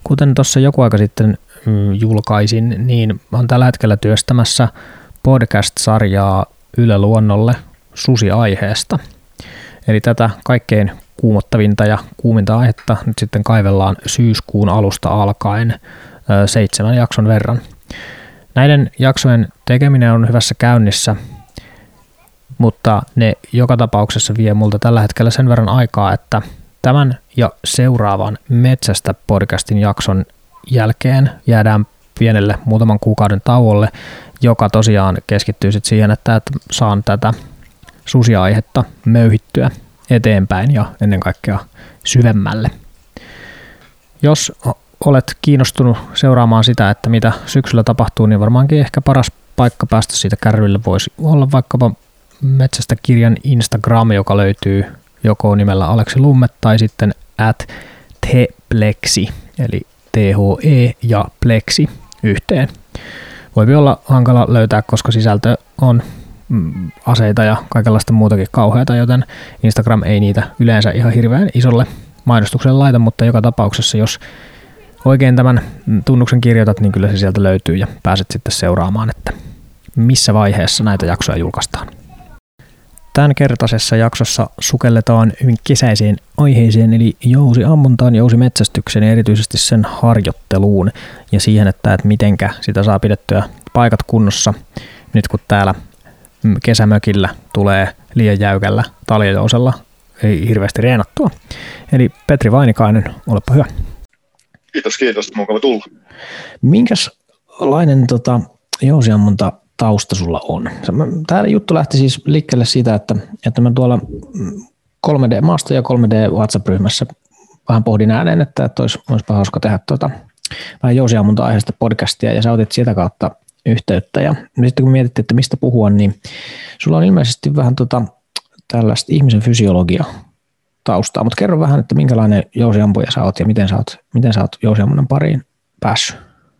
kuten tuossa joku aika sitten julkaisin, niin olen tällä hetkellä työstämässä podcast-sarjaa Yle Luonnolle susiaiheesta. Eli tätä kaikkein kuumottavinta ja kuuminta aihetta nyt sitten kaivellaan syyskuun alusta alkaen 7 jakson verran. Näiden jaksojen tekeminen on hyvässä käynnissä, mutta ne joka tapauksessa vie multa tällä hetkellä sen verran aikaa, että tämän ja seuraavan Metsästä podcastin jakson jälkeen jäädään pienelle muutaman kuukauden tauolle, joka tosiaan keskittyy sitten siihen, että saan tätä susiaihetta möyhittyä eteenpäin ja ennen kaikkea syvemmälle. Jos olet kiinnostunut seuraamaan sitä, että mitä syksyllä tapahtuu, niin varmaankin ehkä paras paikka päästä siitä kärryille voisi olla vaikkapa Metsästä kirjan Instagram, joka löytyy joko nimellä Aleksi Lumme tai sitten @theplexi, eli THE ja Plexi yhteen. Voi olla hankala löytää, koska sisältö on aseita ja kaikenlaista muutakin kauheata, joten Instagram ei niitä yleensä ihan hirveän isolle mainostukselle laita, mutta joka tapauksessa, jos oikein tämän tunnuksen kirjoitat, niin kyllä se sieltä löytyy ja pääset sitten seuraamaan, että missä vaiheessa näitä jaksoja julkaistaan. Tämän kertaisessa jaksossa sukelletaan hyvin kesäiseen aiheeseen, eli jousiammuntaan, jousimetsästykseen ja erityisesti sen harjoitteluun ja siihen, että mitenkä sitä saa pidettyä paikat kunnossa nyt kun täällä kesämökillä tulee liian jäykällä taljajousella ei hirveästi reenattua. Eli Petri Vainikainen, olepa hyvä. Kiitos, mukava tulla. Minkälainen jousiammunta tausta sulla on? Tämä juttu lähti siis liikkeelle siitä, että mä tuolla 3D-maasto- ja 3D-WhatsApp-ryhmässä vähän pohdin ääneen, että olisipa hauska tehdä vähän jousiammunta-aiheesta podcastia, ja sä otit sitä kautta yhteyttä. Ja sitten kun mietittiin, että mistä puhua, niin sulla on ilmeisesti vähän tällaista ihmisen fysiologia taustaa, mutta kerro vähän, että minkälainen jousiampuja sä oot ja miten sä oot jousiammunnan pariin päässyt?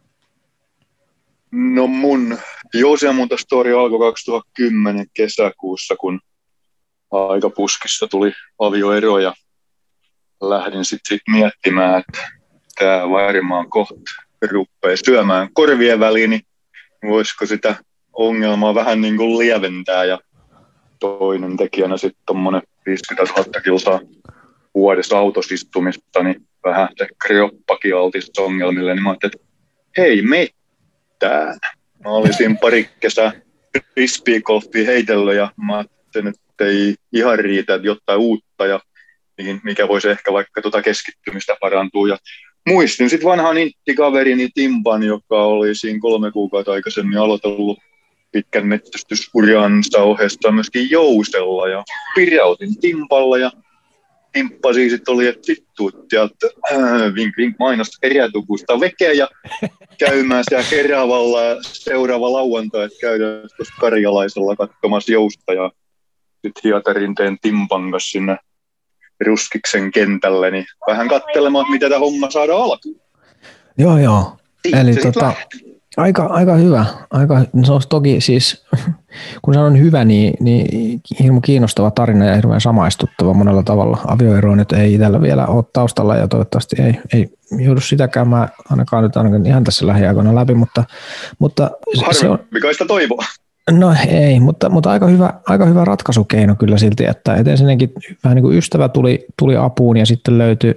No mun jousiammuntastori alkoi 2010 kesäkuussa, kun aikapuskissa tuli avioero ja lähdin sitten miettimään, että tämä varmaan kohta rupeaa syömään korvien väliin, niin voisiko sitä ongelmaa vähän niin kuin lieventää, ja toinen tekijänä sitten tuommoinen 50 000 kilsaa vuodessa autosistumista, niin vähän kroppakin altista ongelmille, niin mä ajattelin, että hei mettään. Mä olisin pari kesää frisbeegolfia heitellyt ja mä ajattelin, että ei ihan riitä, että jotain uutta ja mikä voisi ehkä vaikka keskittymistä parantua. Ja muistin sitten vanhan inttikaverini Timpan, joka oli siinä 3 kuukautta aikaisemmin aloitellut pitkän metsästysuransa ohessa myöskin jousella ja piräutin Timpalla ja Timppa siis sitten oli, että vittuut ja vink mainos erätukusta vekeä ja käymään siellä Keravalla seuraava lauantai, että käydään tuossa Karjalaisella katsomassa jousta ja sitten Hietarinteen Timpan kanssa sinne Ruskiksen kentälle, niin vähän katselemaan, mitä tämä homma saadaan alkuun. Joo. Eli aika hyvä. Se on toki siis, kun sanon hyvä, niin hirmu kiinnostava tarina ja hirveän samaistuttava monella tavalla. Avioeroa nyt ei itsellä vielä ole taustalla ja toivottavasti ei joudu sitä käymään ainakaan ihan tässä lähiaikoina läpi, mutta se on... Mikä sitä toivoa? No ei, mutta aika hyvä ratkaisukeino kyllä silti, että ensinnäkin vähän niin kuin ystävä tuli apuun ja sitten löytyi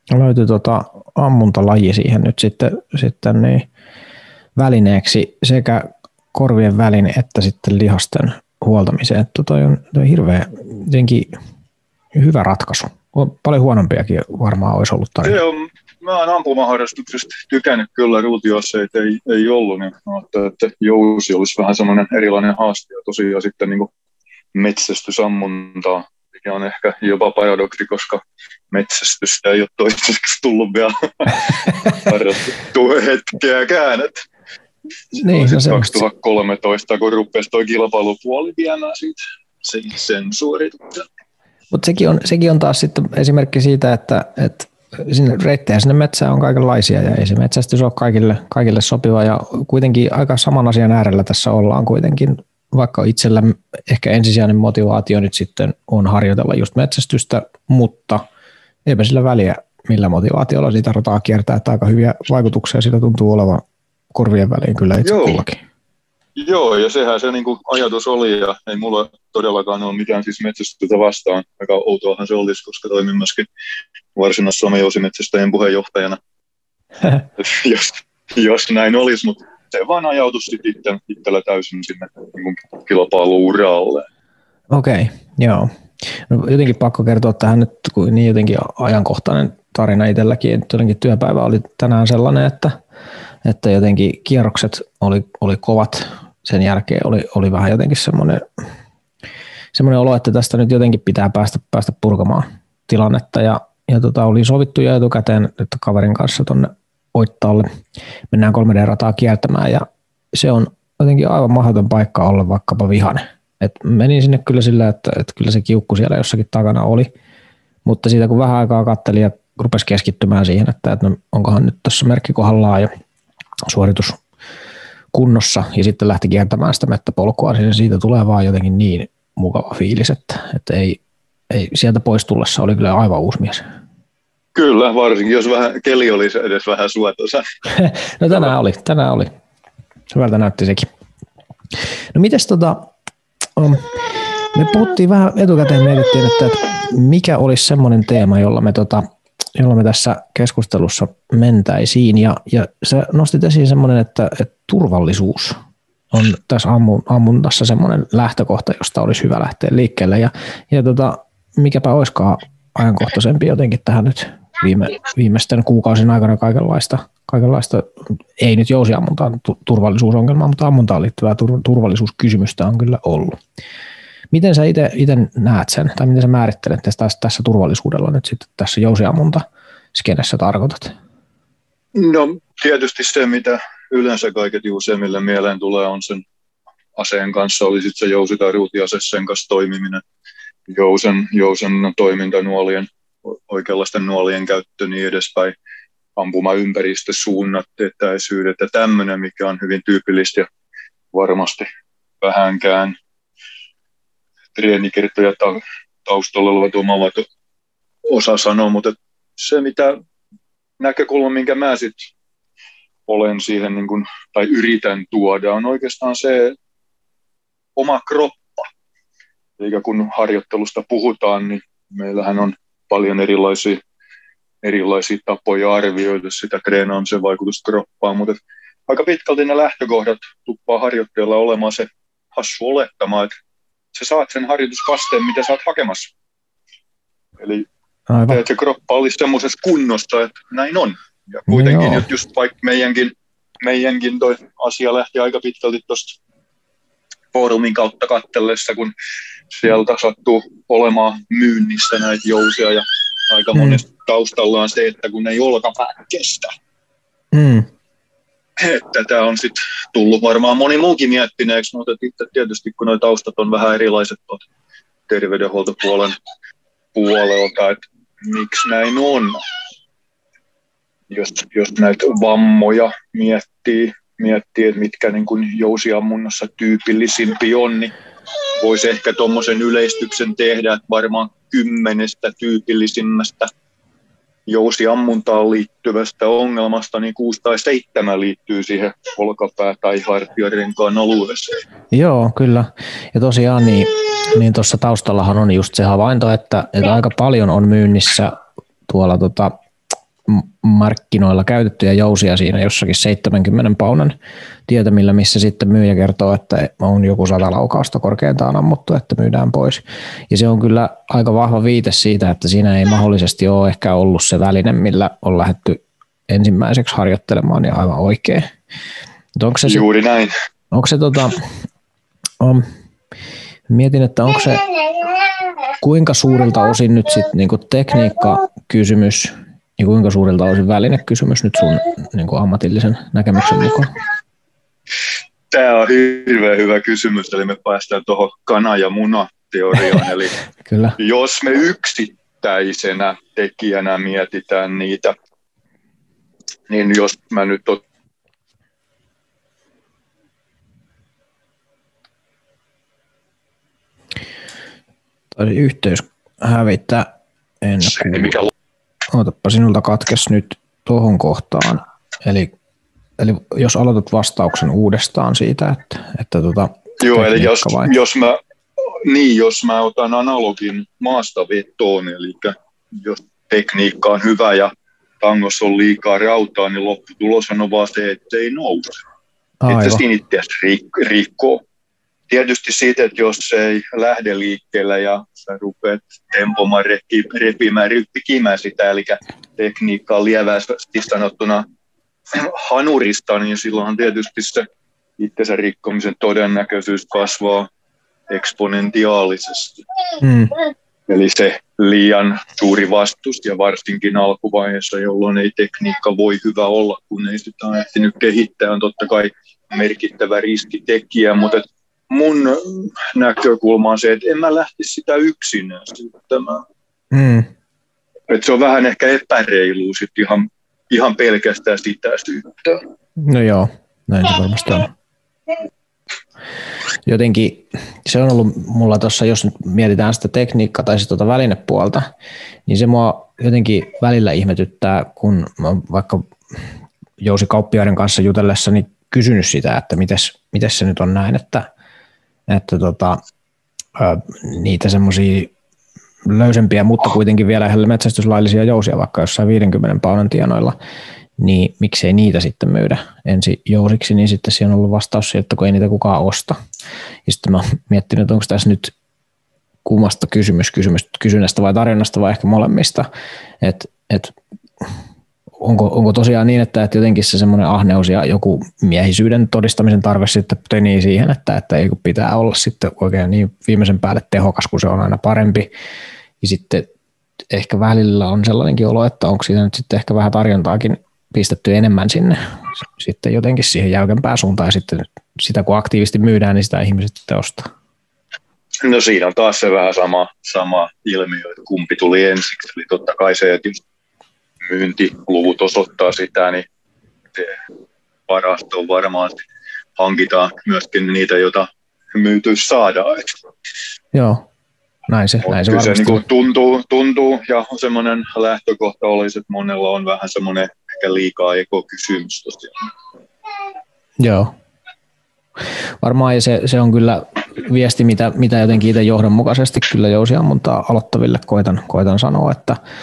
ammuntalaji siihen nyt sitten niin välineeksi sekä korvien välin että sitten lihasten huoltamiseen. Toi on hirveän jotenkin hyvä ratkaisu. Paljon huonompiakin varmaan olisi ollut tarina. Joo, mä oon ampumaharrastuksesta tykännyt kyllä, ruutioaseita ei ollut, niin ajattelin, että jousi olisi vähän semmoinen erilainen haaste ja tosiaan sitten niin metsästysammuntaa, mikä on ehkä jopa paradoksi, koska metsästystä ei ole toistaiseksi tullut vielä harrastettua hetkeäkään. Niin, no 2013, kun rupesi toi kilpailupuoli viemään siitä sen suorituksen. Mutta sekin on taas sitten esimerkki siitä, että reittejä sinne metsään on kaikenlaisia ja ei se metsästys ole kaikille sopiva ja kuitenkin aika saman asian äärellä tässä ollaan kuitenkin, vaikka itsellä ehkä ensisijainen motivaatio nyt sitten on harjoitella just metsästystä, mutta eipä sillä väliä millä motivaatiolla sitä rataa kiertää, että aika hyviä vaikutuksia siitä tuntuu olevan korvien väliin kyllä itse kullakin. Joo, ja sehän se niin kuin ajatus oli, ja ei mulla todellakaan ole mitään siis metsästystä vastaan. Aika outoahan se olisi, koska toimin myöskin Varsinais-Suomen jousimetsästäjien puheenjohtajana, jos näin olisi, mutta se vaan ajautui sitten itsellä täysin sinne niin kilpailu-uralle. Okei, joo. No, jotenkin pakko kertoa tähän nyt, kun niin jotenkin ajankohtainen tarina itselläkin, että jotenkin työpäivä oli tänään sellainen, että jotenkin kierrokset oli kovat. Sen jälkeen oli vähän jotenkin semmoinen olo, että tästä nyt jotenkin pitää päästä purkamaan tilannetta. Ja oli sovittu jo etukäteen, että kaverin kanssa tuonne Oittaalle mennään 3D-rataa kiertämään. Ja se on jotenkin aivan mahdoton paikka olla vaikkapa vihainen. Et menin sinne kyllä sillä, että kyllä se kiukku siellä jossakin takana oli. Mutta siitä kun vähän aikaa katselin ja rupesi keskittymään siihen, että no, onkohan nyt tässä merkki kohdallaan ja suoritus kunnossa ja sitten lähti kiertämään sitä mettäpolkua, niin siitä tulee vaan jotenkin niin mukava fiilis, että ei sieltä pois tullessa oli kyllä aivan uusi mies. Kyllä, varsinkin jos keli olisi edes vähän suotuisa. No tänään oli. Hyvältä näytti sekin. No mites me puhuttiin vähän etukäteen, mietittiin, että mikä olisi semmoinen teema, jolla me tässä keskustelussa mentäisiin. Ja sä nostit esiin semmoinen, että turvallisuus on tässä ammunnassa semmoinen lähtökohta, josta olisi hyvä lähteä liikkeelle. Ja mikäpä olisikaan ajankohtaisempi jotenkin tähän nyt viimeisten kuukausien aikana kaikenlaista, ei nyt jousiammuntaan turvallisuusongelmaa, mutta ammuntaan liittyvää turvallisuuskysymystä on kyllä ollut. Miten sä itse näet sen, tai miten sä määrittelet tässä turvallisuudella nyt sitten tässä jousiammunta-skenessä tarkoitat? No tietysti se, mitä yleensä kaiket useimmille mieleen tulee, on sen aseen kanssa, oli sitten se jousi tai ruutiase, sen kanssa toimiminen, jousen toimintanuolien, oikeanlaisten nuolien käyttö niin edespäin, ampumaympäristö, suunnat, etäisyydet ja tämmöinen, mikä on hyvin tyypillistä ja varmasti vähänkään treenikertoja taustalla olevat omavat osa sanoa, mutta se mitä näkökulma, minkä mä sitten olen siihen niin kun, tai yritän tuoda, on oikeastaan se oma kroppa. Eli kun harjoittelusta puhutaan, niin meillähän on paljon erilaisia tapoja arvioida sitä treenaamisen vaikutusta kroppaan, mutta aika pitkälti ne lähtökohdat tuppaa harjoittajalla olemaan se hassu olettama, että sä saat sen harjoituskasteen, mitä sä oot hakemassa. Eli että se kroppa olisi semmoisessa kunnossa, että näin on. Ja kuitenkin nyt just vaikka meidänkin toi asia lähti aika pitkälti tuosta foorumin kautta katsellessa, kun sieltä sattuu olemaan myynnissä näitä jousia ja aika monesti taustalla on se, että kun ei olkapää kestä. Että tämä on sitten tullut varmaan moni muukin miettineeksi, mutta itse tietysti kun nuo taustat on vähän erilaiset terveydenhuoltopuolen puolelta, että miksi näin on. Jos näitä vammoja miettii, että mitkä niin kuin jousiammunnassa tyypillisimpiä on, niin voisi ehkä tuommoisen yleistyksen tehdä, että varmaan 10 tyypillisimmästä jousiammuntaan liittyvästä ongelmasta, niin 6 tai 7 liittyy siihen olkapää- tai hartiarenkaan alueeseen. Joo, kyllä. Ja tosiaan niin tuossa taustallahan on just se havainto, että aika paljon on myynnissä tuolla markkinoilla käytettyjä jousia siinä jossakin 70 paunan tietämillä, missä sitten myyjä kertoo, että on joku 100 laukausta korkeintaan ammuttu, että myydään pois. Ja se on kyllä aika vahva viite siitä, että siinä ei mahdollisesti ole ehkä ollut se väline, millä on lähdetty ensimmäiseksi harjoittelemaan ja aivan oikein. Onko se juuri näin. Onko se mietin, että onko se kuinka suurilta osin nyt sitten niinku tekniikkakysymys ja kuinka suurilta osin välinekysymys nyt sun niinku ammatillisen näkemyksen mukaan? Tämä on hirveän hyvä kysymys, eli me päästään tuohon kana- ja muna-teoriaan. Eli Kyllä. Jos me yksittäisenä tekijänä mietitään niitä, niin jos mä nyt Taisi yhteys hävittää. En kuulu. Ootappa, sinulta katkes nyt tuohon kohtaan. Eli jos aloitat vastauksen uudestaan siitä, että Joo, eli jos mä otan analogin maasta vetoon, eli jos tekniikka on hyvä ja tangossa on liikaa rautaa, niin lopputulos on vaan se, että se ei nouse. Että se siinä itseasiassa rikkoo. Tietysti siitä, että jos se ei lähde liikkeelle ja sä rupeat tempomaan, repimään, ryppikimään sitä, eli tekniikka on lievästi sanottuna hanurista, niin silloinhan tietysti se itsensä rikkomisen todennäköisyys kasvaa eksponentiaalisesti. Eli se liian suuri vastus ja varsinkin alkuvaiheessa, jolloin ei tekniikka voi hyvä olla, kun ei sitä ole ehtinyt kehittää, on totta kai merkittävä riskitekijä, mutta mun näkökulma on se, että en mä lähtisi sitä yksinään syyttämään. Että se on vähän ehkä epäreilu sitten ihan pelkästään sitä syyttää. No joo, näin se varmasti on. Jotenkin se on ollut mulla tuossa, jos nyt mietitään sitä tekniikkaa tai sitä välinepuolta, niin se mua jotenkin välillä ihmetyttää, kun mä vaikka jousikauppiaiden kanssa jutellessani kysynyt sitä, että mites se nyt on näin, että niitä semmoisia löysempiä, mutta kuitenkin vielä metsästyslaillisia jousia vaikka jossain 50 paunan tienoilla, niin miksei niitä sitten myydä ensi jousiksi, niin sitten siinä on ollut vastaus siihen, että kun ei niitä kukaan osta. Ja sitten mä oon miettinyt, että onko tässä nyt kummasta kysymys kysynnästä vai tarjonnasta vai ehkä molemmista, että onko tosiaan niin, että jotenkin se semmoinen ahneus ja joku miehisyyden todistamisen tarve sitten tönii siihen, että ei pitää olla sitten oikein niin viimeisen päälle tehokas, kun se on aina parempi. Ja sitten ehkä välillä on sellainenkin olo, että onko siinä nyt sitten ehkä vähän tarjontaakin pistetty enemmän sinne sitten jotenkin siihen jäykempään suuntaan ja sitten sitä kun aktiivisesti myydään, niin sitä ihmiset sitten ostaa. No siinä on taas se vähän sama ilmiö, että kumpi tuli ensiksi. Eli totta kai se, että just myyntiluvut osoittaa sitä, niin se varasto varmaan hankitaan myöskin niitä, joita myytyisi saadaan. Joo, näin se varmasti. Se niin tuntuu ja semmoinen lähtökohta olisi, että monella on vähän semmoinen ehkä liikaa ekokysymys tosiaan. Joo. Varmaan se on kyllä viesti, mitä jotenkin itse johdonmukaisesti kyllä jousiammuntaa aloittaville koitan sanoa,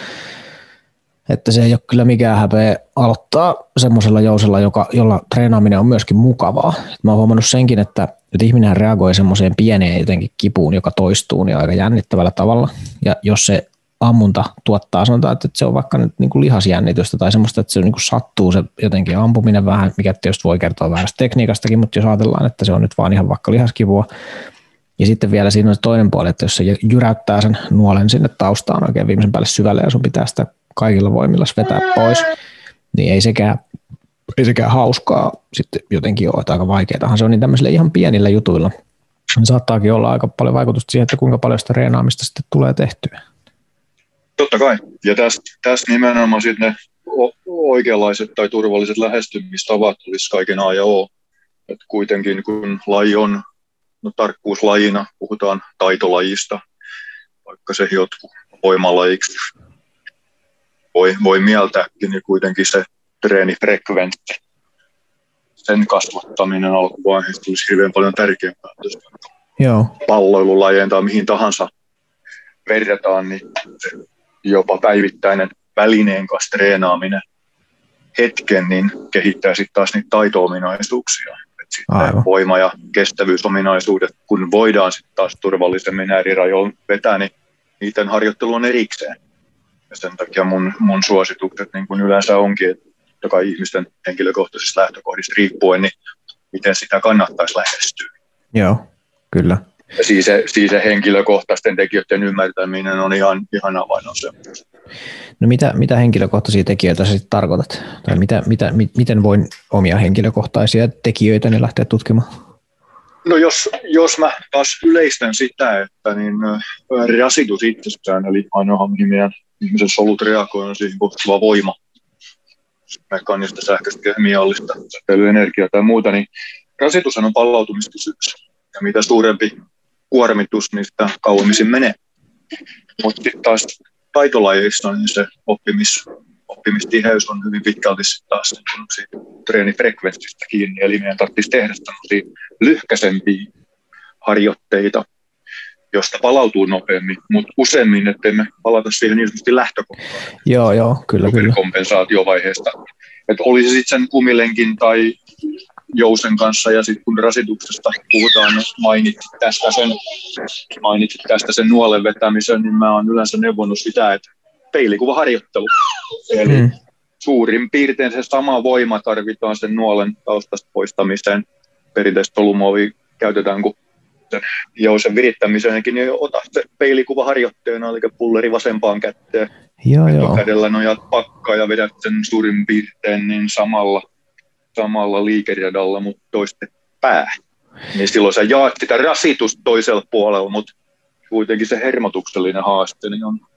että se ei ole kyllä mikään häpeä aloittaa semmoisella jousella, jolla treenaaminen on myöskin mukavaa. Mä oon huomannut senkin, että ihminen reagoi semmoiseen pieneen jotenkin kipuun, joka toistuu niin aika jännittävällä tavalla. Ja jos se ammunta tuottaa, sanotaan, että se on vaikka nyt niin kuin lihasjännitystä tai semmoista, että se niin kuin sattuu se jotenkin ampuminen vähän, mikä tietysti voi kertoa väärästä tekniikastakin, mutta jos ajatellaan, että se on nyt vaan ihan vaikka lihaskivua. Ja sitten vielä siinä on se toinen puoli, että jos se jyräyttää sen nuolen sinne taustaan oikein viimeisen päälle syvälle ja sun pitää sitä kaikilla voimilla vetää pois, niin ei sekään hauskaa sitten jotenkin ole, että aika vaikeatahan se on niin tämmöisillä ihan pienillä jutuilla. Saattaakin olla aika paljon vaikutusta siihen, että kuinka paljon sitä treenaamista sitten tulee tehtyä. Totta kai. Ja tässä nimenomaan sitten ne oikeanlaiset tai turvalliset lähestymistavat olisi kaiken A ja O. Et kuitenkin kun laji on tarkkuuslajina, puhutaan taitolajista, vaikka se jotkut voimalajiksi voi mieltääkin, niin kuitenkin se treenifrekvenssi, sen kasvattaminen alkuvaiheessa tulisi hirveän paljon tärkeämpää. Joo. Palloilulajien tai mihin tahansa verrataan, niin jopa päivittäinen välineen kanssa treenaaminen hetken, niin kehittää sitten taas niitä taito-ominaisuuksia. Sitten voima- ja kestävyysominaisuudet, kun voidaan sitten taas turvallisemmin eri rajoilla vetää, niin niiden harjoittelu on erikseen. Ja sen takia mun suositukset niin kuin yleensä onkin, että totta kai ihmisten henkilökohtaisista lähtökohdista riippuen, niin miten sitä kannattaisi lähestyä. Joo, kyllä. Ja siis se henkilökohtaisten tekijöiden ymmärtäminen on ihan avainasemassa. No mitä henkilökohtaisia tekijöitä sä sitten tarkoitat? Tai miten voin omia henkilökohtaisia tekijöitä lähteä tutkimaan? No jos mä taas yleistän sitä, että niin rasitus itsessään, eli ainoa mihin meidän ihmisen solut reagoivat, on siihen kohtuva voima, mekaanista, sähköistä, kemiallista, säteilyenergiaa tai muuta, niin rasitushan on palautumiskysymys. Ja mitä suurempi kuormitus, niin sitä kauemmin menee. Mutta sitten taas taitolajeissa niin se oppimistiheys on hyvin pitkälti taas siitä treenifrekvenssistä kiinni, eli meidän tarvitsisi tehdä tämmöisiä lyhkäisempiä harjoitteita, josta palautuu nopeammin, mutta useammin, ettei me palata siihen niin sanotusti lähtökohtaan. Joo, kyllä. Kompensaatiovaiheesta. Että olisi sitten sen kumilenkin tai jousen kanssa, ja sitten kun rasituksesta puhutaan, niin mainitsit tästä sen nuolen vetämisen, niin mä oon yleensä neuvonut sitä, että peilikuvaharjoittelu. Eli suurin piirtein se sama voima tarvitaan sen nuolen taustasta poistamiseen. Perinteistä solumuovia käytetään, kun jousen virittämiseenkin, niin ota se peilikuvaharjoitteena, eli pulleri vasempaan kätteen. Joo. Kädellä nojaat pakkaa ja vedät sen suurin piirtein niin samalla liikeradalla, mutta toiste pää. Niin silloin sä jaat sitä rasitusta toisella puolella, mutta kuitenkin se hermotuksellinen haaste niin on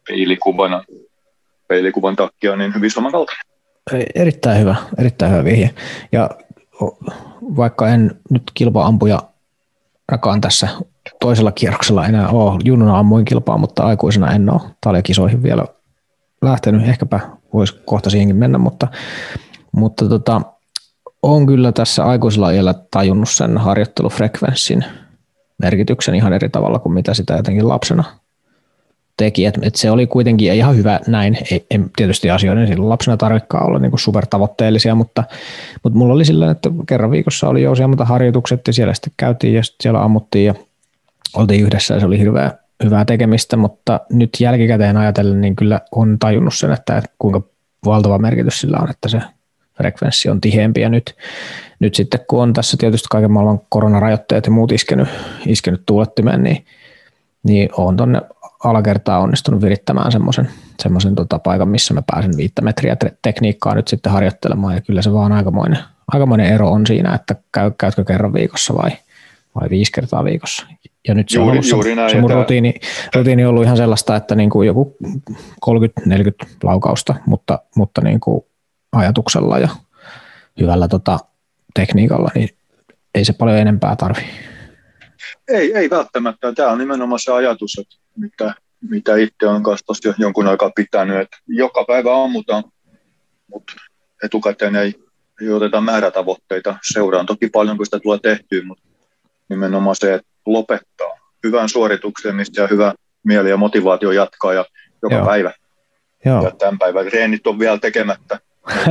peilikuvan takia niin hyvin samankaltainen. Erittäin hyvä vihje. Ja vaikka en nyt kilpa-ampuja rakaan tässä toisella kierroksella enää ole, junnuna ammuin kilpaa, mutta aikuisena en ole taljakisoihin vielä lähtenyt, ehkäpä voisi kohta siihenkin mennä, mutta olen kyllä tässä aikuisella iällä tajunnut sen harjoittelufrekvenssin merkityksen ihan eri tavalla kuin mitä sitä jotenkin lapsena teki, että se oli kuitenkin ihan hyvä näin, ei tietysti asioiden silloin lapsena tarvitsekaan olla niin kuin supertavoitteellisia, mutta mulla oli sillä, että kerran viikossa oli jousiammuntaharjoitukset ja siellä sitten käytiin ja sitten siellä ammuttiin ja oltiin yhdessä ja se oli hyvää tekemistä, mutta nyt jälkikäteen ajatellen niin kyllä on tajunnut sen, että kuinka valtava merkitys sillä on, että se frekvenssi on tiheämpi ja nyt sitten kun on tässä tietysti kaiken maailman koronarajoitteet ja muut iskenyt tuulettimeen, niin on tuonne alakertaa onnistunut virittämään semmoisen paikan, missä mä pääsen 5 metriä tekniikkaa nyt sitten harjoittelemaan ja kyllä se vaan aikamoinen ero on siinä, että käytkö kerran viikossa vai 5 kertaa viikossa. Ja nyt se on ollut se mun rutiini on ollut ihan sellaista, että niin kuin joku 30-40 laukausta, mutta niin kuin ajatuksella ja hyvällä tekniikalla, niin ei se paljon enempää tarvitse. Ei välttämättä. Tämä on nimenomaan se ajatus, että mitä itse on kanssa jo jonkun aikaa pitänyt, että joka päivä ammutaan, mutta etukäteen ei oteta määrätavoitteita. Seuraan toki paljon, kun sitä tulee tehtyä, mutta nimenomaan se, että lopettaa hyvän suorituksen, mistä ja hyvä mieli ja motivaatio jatkaa ja joka päivä. Joo. Ja tämän päivän treenit on vielä tekemättä.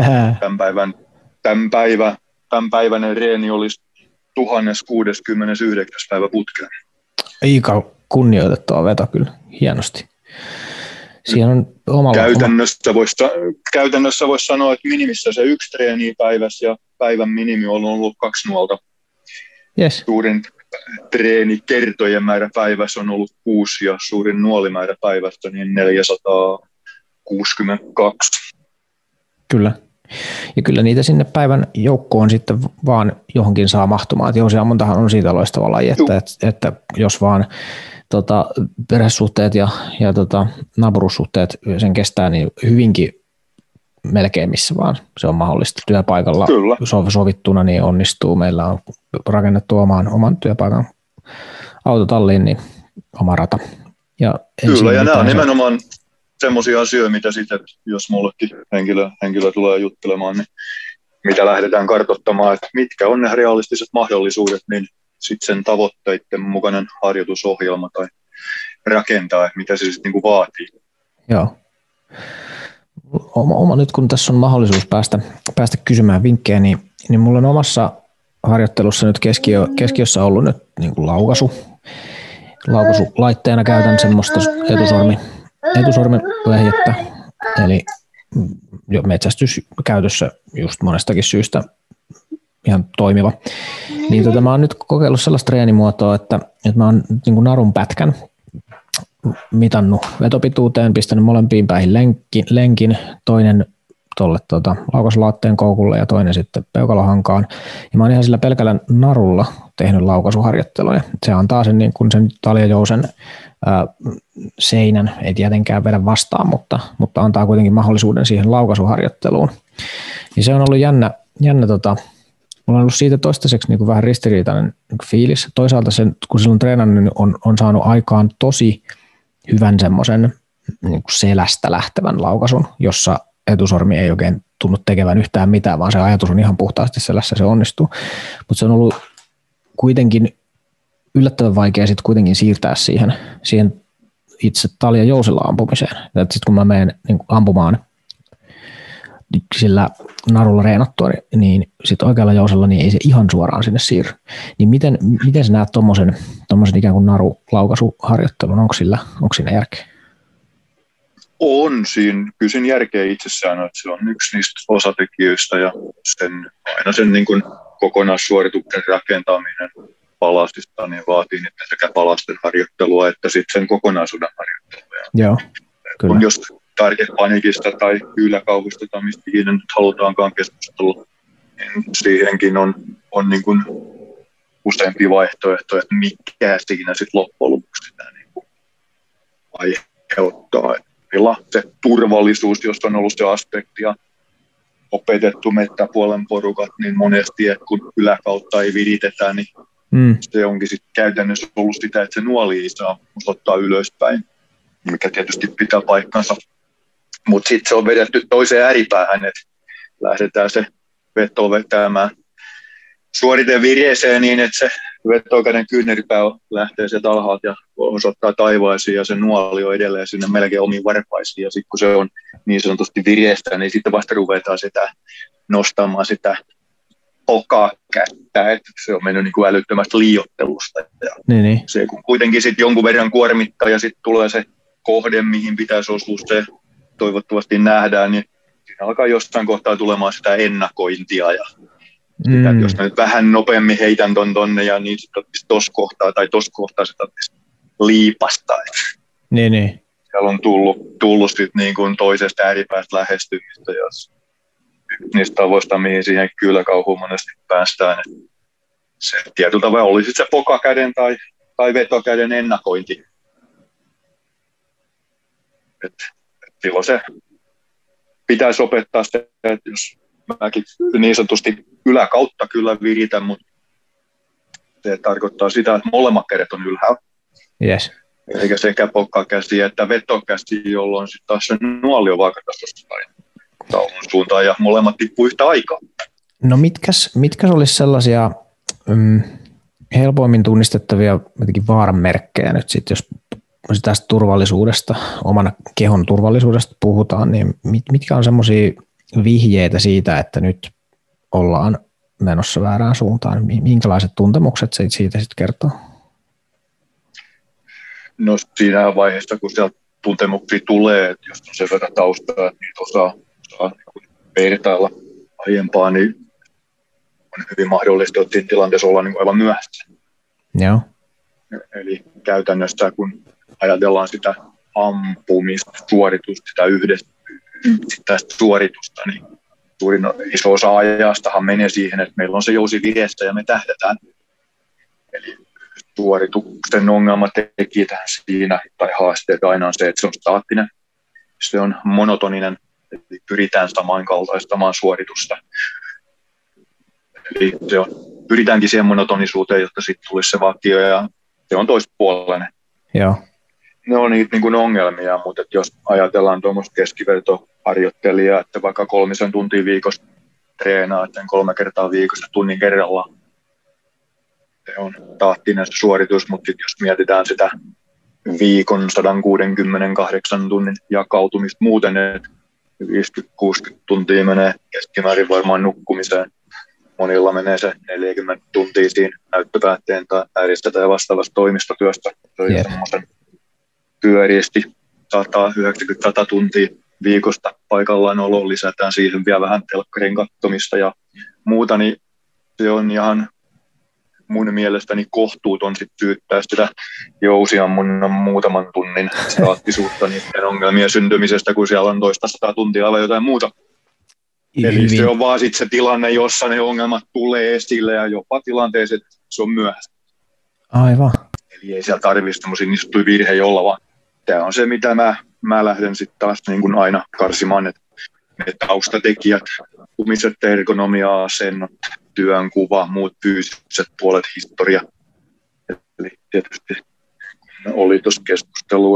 Tämänpäiväinen reeni olisi 1069. päivä putkeen. Aika kunnioitettava veto kyllä, hienosti. Siinä on Käytännössä voisi sanoa, että minimissä se 1 treeni päivässä ja päivän minimi on ollut 2 nuolta. Yes. Suurin treenikertojen määrä päivässä on ollut 6 ja suurin nuolimäärä päivässä niin 462. Kyllä. Ja kyllä niitä sinne päivän joukkoon sitten vaan johonkin saa mahtumaan. Jousiammuntahan on siitä loistava laji, että jos vaan perhesuhteet ja naapuruussuhteet sen kestää, niin hyvinkin melkein missä vaan se on mahdollista. Työpaikalla sovittuna niin onnistuu. Meillä on rakennettu oman työpaikan autotalliin, niin oma rata. Ja kyllä, ja nämä on nimenomaan semmoisia asioita, mitä sitten, jos mullekin henkilö tulee juttelemaan, niin mitä lähdetään kartoittamaan, että mitkä on ne realistiset mahdollisuudet, niin sitten sen tavoitteiden mukainen harjoitusohjelma tai rakentaa, että mitä se sitten niinku vaatii. Joo. Nyt kun tässä on mahdollisuus päästä kysymään vinkkejä, niin mulla on omassa harjoittelussa nyt keskiössä ollut nyt niin kuin laukaisulaitteena käytän semmoista etusormivehjettä, eli jo metsästyskäytössä just monestakin syystä ihan toimiva. Niin mä oon nyt kokeillut sellaista treenimuotoa, että mä oon niin kuin narun pätkän mitannut vetopituuteen, pistänyt molempiin päihin lenkin, toinen tuolle laukaisulaatteen koukulle ja toinen sitten peukalohankaan. Ja mä oon ihan sillä pelkällä narulla tehnyt laukaisuharjoittelua. Se antaa sen, niin kuin sen taljajousen seinän, ei tietenkään vedä vastaan, mutta antaa kuitenkin mahdollisuuden siihen laukaisuharjoitteluun. Ja se on ollut jännä mulla on ollut siitä toistaiseksi niin kuin vähän ristiriitainen fiilis. Toisaalta sen, kun silloin treenannut, niin on saanut aikaan tosi hyvän semmoisen niin kuin selästä lähtevän laukaisun, jossa etusormi ei oikein tunnu tekevän yhtään mitään, vaan se ajatus on ihan puhtaasti selässä, se onnistuu. Mutta se on ollut kuitenkin yllättävän vaikea sitten kuitenkin siirtää siihen itse talia jousilla ampumiseen. Sitten kun mä menen niin ampumaan sillä narulla reenattua, niin sitten oikealla jousella niin ei se ihan suoraan sinne siirry. Niin miten sä näet tommosen ikään kuin narulaukaisuharjoittelun? Onko siinä järkeä? On siinä. Kyllä siinä järkeä itsessään, että se on yksi niistä osatekijöistä ja aina sen niin kuin kokonaissuorituksen rakentaminen palasista niin vaatii että sekä palasten harjoittelua että sitten sen kokonaisuuden harjoittelua. Joo, kyllä. Jos target-panikista tai yläkauhusta tai mistä ikinä nyt halutaankaan keskustella, niin siihenkin on niin kuin useampia vaihtoehtoja, että mikä siinä sitten loppujen lopuksi sitä niin kuin aiheuttaa. Se turvallisuus, jos on ollut se aspekti ja opetettu mettäpuolen porukat, niin monesti, että kun yläkautta ei viritetä, niin se onkin sitten käytännössä ollut sitä, että se nuoli ei saa ottaa ylöspäin, mikä tietysti pitää paikkansa. Mutta sitten se on vedetty toiseen ääripäähän, että lähdetään se veto vetämään suoritevireeseen niin, että se vetokäden kyynäripää lähtee sieltä alhaalta ja osoittaa taivaisiin ja se nuoli on edelleen sinne melkein omiin varpaisiin. Ja sitten kun se on niin sanotusti vireestä, niin sitten vasta ruvetaan sitä nostamaan sitä pokakättä, että se on mennyt niin kuin älyttömästä liioittelusta. Niin. Se kun kuitenkin sitten jonkun verran kuormittaa ja sitten tulee se kohde, mihin pitäisi osua se toivottavasti nähdään, niin siinä alkaa jossain kohtaa tulemaan sitä ennakointia ja sitä, jos mä nyt vähän nopeammin heitän tonne ja niin sitten tuossa kohtaa se liipasta. Niin. Siellä on tullut sitten niin kuin toisesta ääripäästä lähestymistä, jos niistä tavoista, mihin siihen kyläkauhuun monesti päästään. Se tietyllä tavalla oli sitten se pokakäden tai vetokäden ennakointi. Silloin se pitäisi opettaa se, että jos mäkin niin sanotusti yläkautta kyllä viritän, mutta se tarkoittaa sitä, että molemmat kädet on ylhäällä. Yes. Eikä sekä pokkakäsi että vetokäsi, jolloin sitten taas se nuoli on vaakatasossa taulun suuntaan ja molemmat tippuu yhtä aikaa. No mitkäs olisi sellaisia helpoimmin tunnistettavia vaaranmerkkejä nyt sitten, jos tästä turvallisuudesta, oman kehon turvallisuudesta puhutaan, niin mitkä on semmoisia vihjeitä siitä, että nyt ollaan menossa väärään suuntaan? Minkälaiset tuntemukset siitä sitten kertoo? No siinä vaiheessa, kun sieltä tuntemuksia tulee, että jos on sen verran taustaa, että niitä osaa vertailla aiempaa, niin on hyvin mahdollista, että siinä tilanteessa ollaan niin aivan myöhässä. Joo. Eli käytännössä, kun ajatellaan sitä ampumista, suoritusta, sitä suoritusta, niin suurin iso osa ajastahan menee siihen, että meillä on se jousi vireessä ja me tähdätään. Eli suorituksen ongelmatekijä siinä tai haasteet aina on se, että se on staattinen, se on monotoninen, eli pyritään samankaltaistamaan suoritusta. Eli pyritäänkin siihen monotonisuuteen, jotta sitten tulisi se vakio ja se on toispuolinen. Joo. Ne on niitä niin kuin ongelmia, mutta jos ajatellaan tuommoista keskivertoharjoittelijaa, että vaikka 3 tuntia viikossa treenaa, että 3 kertaa viikossa tunnin kerrallaan, se on taattinen suoritus, mutta jos mietitään sitä viikon 168 tunnin jakautumista muuten, että 50-60 tuntia menee keskimäärin varmaan nukkumiseen. Monilla menee se 40 tuntia siinä näyttöpäätteen tai ääristä tai vastaavasta toimistotyöstä. Se on semmoisen pyöriesti 190-100 tuntia viikosta paikallaan olo, lisätään siihen vielä vähän telkkarin katsomista ja muuta, niin se on ihan mun mielestäni kohtuuton sit syyttää sitä jousiammunnan muutaman tunnin staattisuutta niiden ongelmien syntymisestä, kun siellä on toista 100 tuntia vai jotain muuta. Eli se on vaan sitten se tilanne, jossa ne ongelmat tulee esille ja jopa tilanteessa, että se on myöhäistä. Aivan. Eli ei siellä tarvitse semmoisia niin sanottuja virheitä olla, vaan tämä on se, mitä mä lähden sitten taas niin kuin aina karsimaan, että ne taustatekijät, kumiset, ergonomia, asennot, työnkuva, muut fyysiset puolet, historia. Eli tietysti oli tuossa keskustelua, että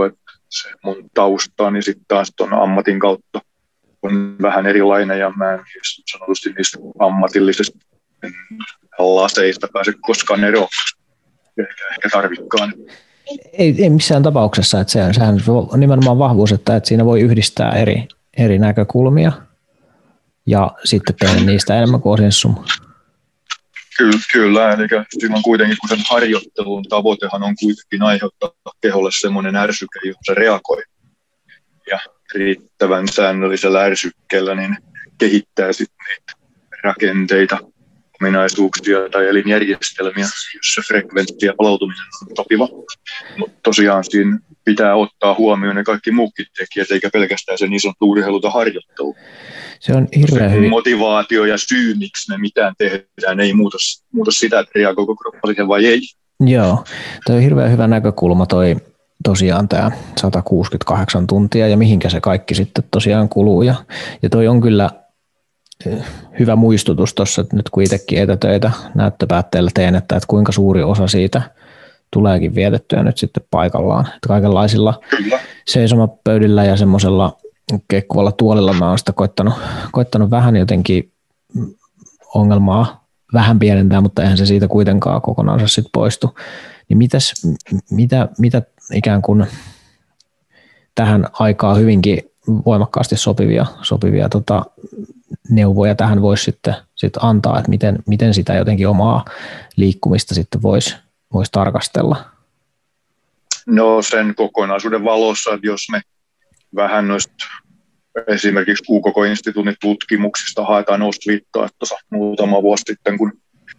se mun taustani sitten taas tuon ammatin kautta on vähän erilainen ja mä en sanotusti niistä ammatillisista laseista pääse koskaan eroon. Ehkä tarvikkaan. Ei missään tapauksessa, että sehän on nimenomaan vahvuus, että siinä voi yhdistää eri näkökulmia ja sitten tehdä niistä enemmän kuin osensum. Kyllä, eli silloin kuitenkin, kun sen harjoittelun tavoitehan on kuitenkin aiheuttaa keholle semmoinen ärsyke, johon se reagoi. Ja riittävän säännöllisellä ärsykkeellä niin kehittää sitten niitä rakenteita, ominaisuuksia tai elinjärjestelmiä, jos se frekvenssi ja palautuminen on sopiva. Mutta tosiaan siinä pitää ottaa huomioon ne kaikki muutkin tekijät, eikä pelkästään se niin sanottu urheilu tai harjoittelu. Se on hirveän hyvin. Motivaatio ja syy, miksi me mitään tehdään, ei muuta sitä, että reagoiko kroppa siihen vai ei. Joo, toi on hirveän hyvä näkökulma toi tosiaan tämä 168 tuntia ja mihinkä se kaikki sitten tosiaan kuluu. Ja toi on kyllä hyvä muistutus tuossa, että nyt kun itsekin etätöitä näyttöpäätteellä teen, että kuinka suuri osa siitä tuleekin vietettyä nyt sitten paikallaan. Että kaikenlaisilla seisomapöydillä ja semmoisella keikkuvalla tuolilla mä oon sitä koittanut vähän jotenkin ongelmaa vähän pienentää, mutta eihän se siitä kuitenkaan kokonaan sitten poistu. Niin mitä ikään kuin tähän aikaan hyvinkin voimakkaasti sopivia neuvoja tähän voisi sitten antaa, että miten sitä jotenkin omaa liikkumista sitten voisi tarkastella? No sen kokonaisuuden valossa, että jos me vähän noista esimerkiksi UKK-instituutin tutkimuksista haetaan osviittaa, että tuossa muutama vuosi sitten, kun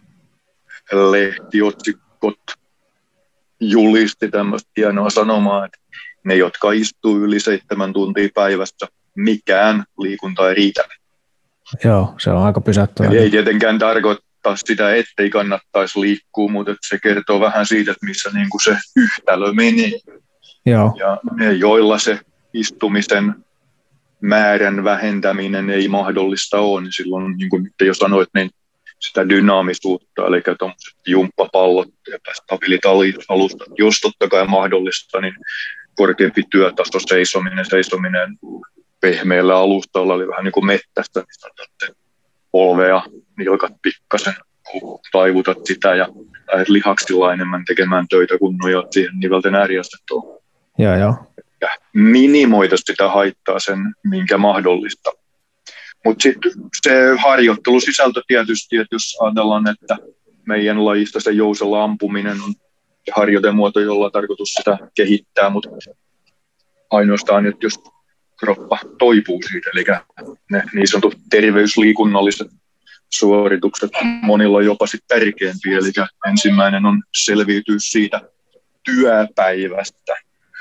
lehtiotsikot julisti tämmöistä hienoa sanomaa, että ne, jotka istuu yli 7 tuntia päivässä, mikään liikunta ei riitä. Joo, se on aika pysäyttävää. Ei tietenkään tarkoittaa sitä, ettei kannattaisi liikkua, mutta se kertoo vähän siitä, että missä niin kuin se yhtälö menee. Joo. Ja ne, joilla se istumisen määrän vähentäminen ei mahdollista ole, niin silloin, niin kuin nyt jo sanoit, niin sitä dynaamisuutta, eli tuommoiset jumppapallot ja stabilitalisuusalustat, jos totta kai mahdollista, niin korkeampi työtaso seisominen pehmeällä alustalla, oli vähän niin kuin mettästä, niin polvea, nilkat pikkasen, kun taivutat sitä ja lähdet lihaksilla enemmän tekemään töitä, kun nojaat siihen nivelten ääriasettoon. Joo. Ja minimoida sitä haittaa sen, minkä mahdollista. Mutta sitten se harjoittelusisältö tietysti, että jos ajatellaan, että meidän lajista se jousella ampuminen on harjoitemuoto, jolla on tarkoitus sitä kehittää, mutta ainoastaan, että jos kroppa toipuu siitä, eli ne niin sanotut terveysliikunnalliset suoritukset monilla on jopa sitten tärkeämpiä, eli ensimmäinen on selviytyä siitä työpäivästä,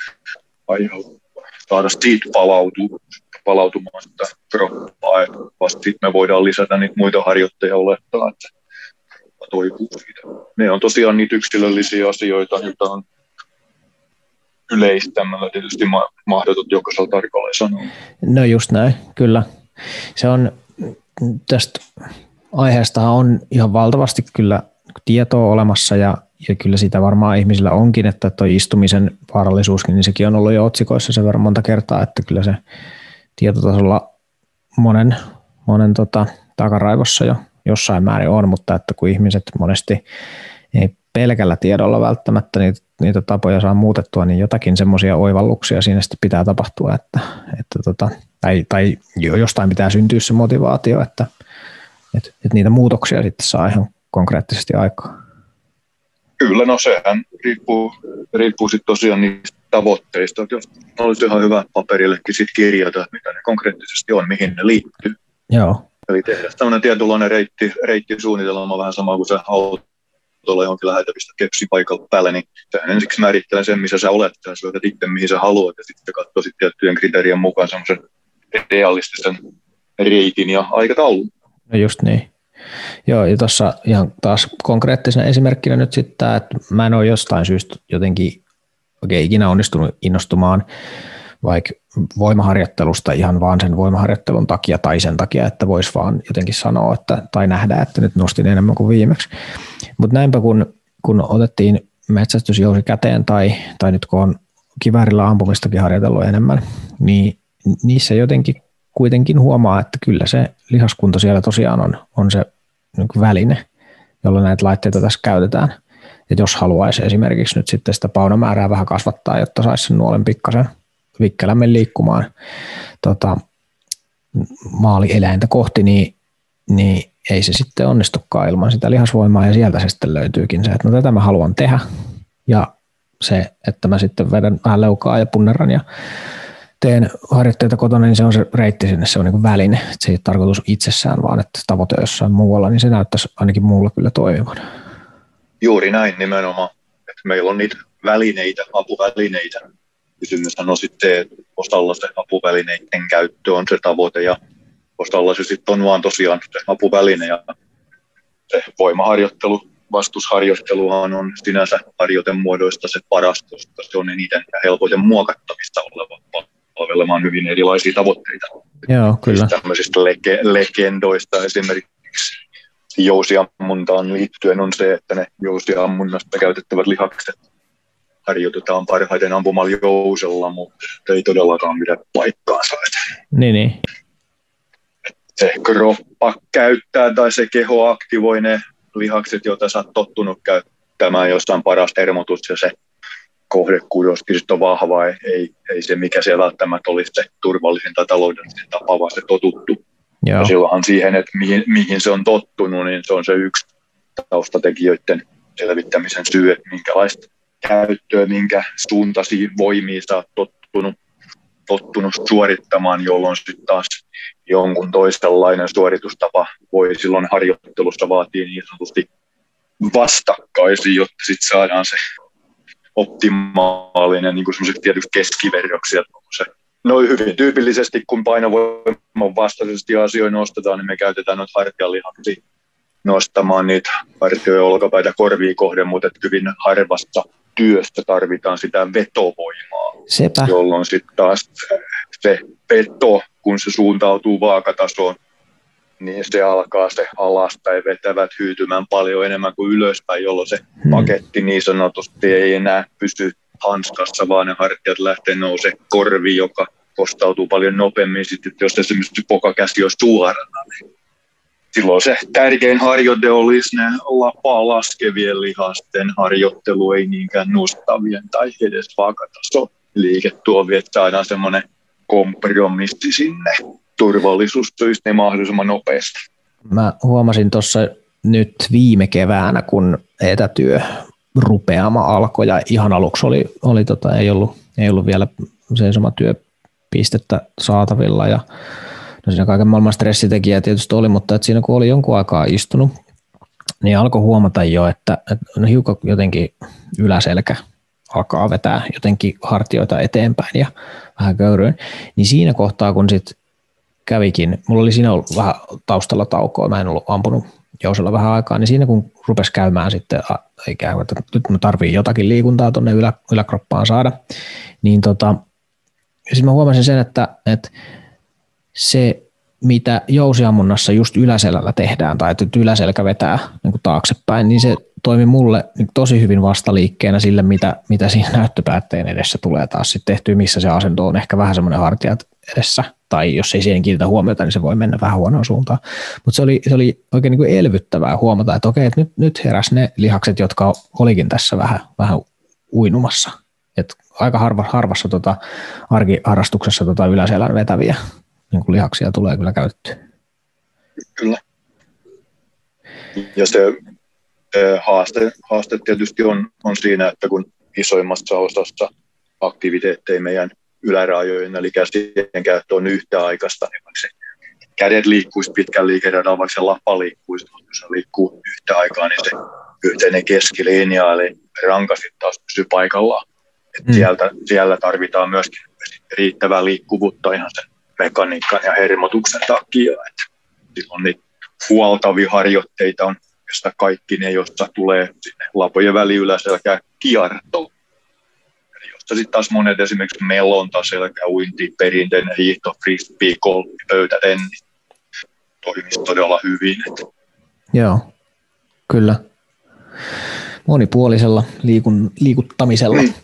saada siitä palautumaan sitä kroppaa, ja vasta sitten me voidaan lisätä niitä muita harjoitteja olettaa, että toipuu siitä. Ne on tosiaan niitä yksilöllisiä asioita, joita on yleistämällä tietysti mahdoton jokaisella tarkalleen sanoa. No just näin, kyllä. Se on, tästä aiheesta on ihan valtavasti kyllä tietoa olemassa ja kyllä sitä varmaan ihmisillä onkin, että toi istumisen vaarallisuuskin, niin sekin on ollut jo otsikoissa sen verran monta kertaa, että kyllä se tietotasolla monen takaraivossa jo jossain määrin on, mutta että kun ihmiset monesti ei pelkällä tiedolla välttämättä niitä tapoja saa muutettua, niin jotakin semmoisia oivalluksia siinä sitten pitää tapahtua, tai jostain pitää syntyä se motivaatio, että niitä muutoksia sitten saa ihan konkreettisesti aikaan. Kyllä, no sehän riippuu sitten tosiaan niistä tavoitteista, että jos olisi ihan hyvä paperillekin sit kirjata, mitä ne konkreettisesti on, mihin ne liittyy. Joo. Eli tehdä tämmöinen tietynlainen reittisuunnitelma, vähän sama kuin se autolla johonkin lähetävistä kepsi paikalla päälle, niin sehän ensiksi määrittelee sen, missä sä olet, ja syötät itse, mihin sä haluat, ja sitten katsoo tiettyjen kriteerien mukaan semmoisen realistisen reitin ja aikataulun. No just niin. Joo, ja tuossa ihan taas konkreettisena esimerkkinä nyt sitten, että mä en ole jostain syystä jotenkin oikein ikinä onnistunut innostumaan vaikka voimaharjoittelusta ihan vaan sen voimaharjoittelun takia tai sen takia, että voisi vaan jotenkin sanoa tai nähdä, että nyt nostin enemmän kuin viimeksi. Mutta näinpä kun otettiin metsästysjousi käteen tai nyt kun on kiväärillä ampumistakin harjoitellut enemmän, niin niissä jotenkin kuitenkin huomaa, että kyllä se lihaskunto siellä tosiaan on se niin kuin väline, jolla näitä laitteita tässä käytetään. Että jos haluaisi esimerkiksi nyt sitten sitä paunamäärää vähän kasvattaa, jotta saisi sen nuolen pikkasen vikkelämmin liikkumaan maalieläintä kohti, niin ei se sitten onnistukaan ilman sitä lihasvoimaa, ja sieltä se sitten löytyykin se, että no tätä mä haluan tehdä, ja se, että mä sitten vedän vähän leukaa ja punneran ja teen harjoitteita kotona, niin se on se reitti sinne, se on niin kuin väline, että se ei ole tarkoitus itsessään, vaan että tavoite jossain muualla, niin se näyttäisi ainakin mulla kyllä toimivan. Juuri näin nimenomaan, että meillä on niitä välineitä, apuvälineitä. Kysymys on sitten, että osalla se apuvälineiden käyttö on se tavoite, ja osalla se sitten on vaan tosiaan se apuväline, ja se voimaharjoittelu, vastusharjoitteluhan on sinänsä harjoitemuodoista se paras, koska se on eniten ja helpoiten muokattavissa oleva palvelemaan hyvin erilaisia tavoitteita. Joo, kyllä. Tämmöisistä legendoista esimerkiksi jousiammuntaan liittyen on se, että ne jousiammunnasta käytettävät lihakset harjoitetaan parhaiten ampumalla jousella, mutta ei todellakaan pidä paikkaansa. Niin. Se kroppa käyttää tai se keho aktivoi ne lihakset, joita sä oot tottunut käyttämään, jossa on paras hermotus ja se kohdekudoskin on vahva. Ei se, mikä siellä välttämättä olisi se turvallisin tai taloudellisen tapa, vaan se totuttu. Joo. Ja silloinhan siihen, että mihin se on tottunut, niin se on se yksi taustatekijöiden selvittämisen syy, että minkälaista käyttöä, minkä suuntaisia voimia sä oot tottunut suorittamaan, jolloin sitten taas jonkun toisenlainen suoritustapa voi silloin harjoittelussa vaatia niin sanotusti vastakkaisia, jotta sitten saadaan se optimaalinen niin kuin semmoiset tietysti keskiverroksi. Noin hyvin tyypillisesti, kun painovoiman vastaisesti asioita nostetaan, niin me käytetään noita hartialihaksia nostamaan niitä hartioja, olkapäitä, korvia kohden, mutta hyvin harvassa työssä tarvitaan sitä vetovoimaa, sepä. Jolloin sitten taas se veto, kun se suuntautuu vaakatasoon, niin se alkaa se alaspäin vetävät hyytymään paljon enemmän kuin ylöspäin, jolloin se paketti niin sanotusti ei enää pysy hanskassa, vaan ne hartiat lähtee nousee korvi, joka kostautuu paljon nopeammin. Sitten, jos esimerkiksi pokakäsi on suorana, niin silloin se tärkein harjoite olisi ne lapaa laskevien lihasten harjoittelu, ei niinkään nostavien tai edes vaakataso liiketuovia, että saadaan semmoinen kompromissi sinne turvallisuussyistä niin mahdollisimman nopeasti. Mä huomasin tuossa nyt viime keväänä, kun etätyö rupeama alkoi ja ihan aluksi ei ollut vielä seisomatyöpistettä saatavilla ja no siinä kaiken maailman stressitekijä tietysti oli, mutta että siinä kun oli jonkun aikaa istunut, niin alkoi huomata jo, että no hiukan jotenkin yläselkä alkaa vetää jotenkin hartioita eteenpäin ja vähän köyryin, niin siinä kohtaa kun sitten kävikin, mulla oli siinä ollut vähän taustalla taukoa, mä en ollut ampunut jousella vähän aikaa, niin siinä kun rupesi käymään sitten ikään kuin, että nyt mä tarviin jotakin liikuntaa tuonne yläkroppaan saada, niin sitten mä huomasin sen, että se mitä jousiammunnassa just yläselällä tehdään tai että yläselkä vetää niin kuin taaksepäin, niin se toimi mulle niin tosi hyvin vastaliikkeenä sille, mitä siinä näyttöpäätteen edessä tulee taas sitten tehtyä, missä se asento on ehkä vähän semmoinen hartiat edessä, tai jos ei siihen kiinnitä huomiota, niin se voi mennä vähän huonoon suuntaan. Mutta se oli oikein niin kuin elvyttävää huomata, että okei, että nyt heräs ne lihakset, jotka olikin tässä vähän uinumassa. Et aika harvassa arkiharrastuksessa yläselän vetäviä niin kuin lihaksia tulee kyllä käytettyä. Kyllä. Ja se haaste tietysti on siinä, että kun isoimmassa osassa aktiviteetteja meidän ylärajojen, eli käsien käyttö on yhtäaikaista, niin vaikka se kädet liikkuisi pitkän liikeradalla, vaikka se lappa liikkuisi, jos se liikkuu yhtä aikaa, niin se yhteinen keskilinja, eli ranka sitten taas pysyy paikallaan. Siellä tarvitaan myöskin riittävää liikkuvuutta ihan sen mekaniikan ja hermotuksen takia. Silloin niitä huoltavia harjoitteita on, josta kaikki ne, joissa tulee sinne lapojen väliin yläselkään kiertoon. Josta sitten taas monet esimerkiksi melonta, selkäuinti, perinteinen hiihto, frisbee, golfi, pöytätennis toimisi todella hyvin. Joo, kyllä. Monipuolisella liikuttamisella.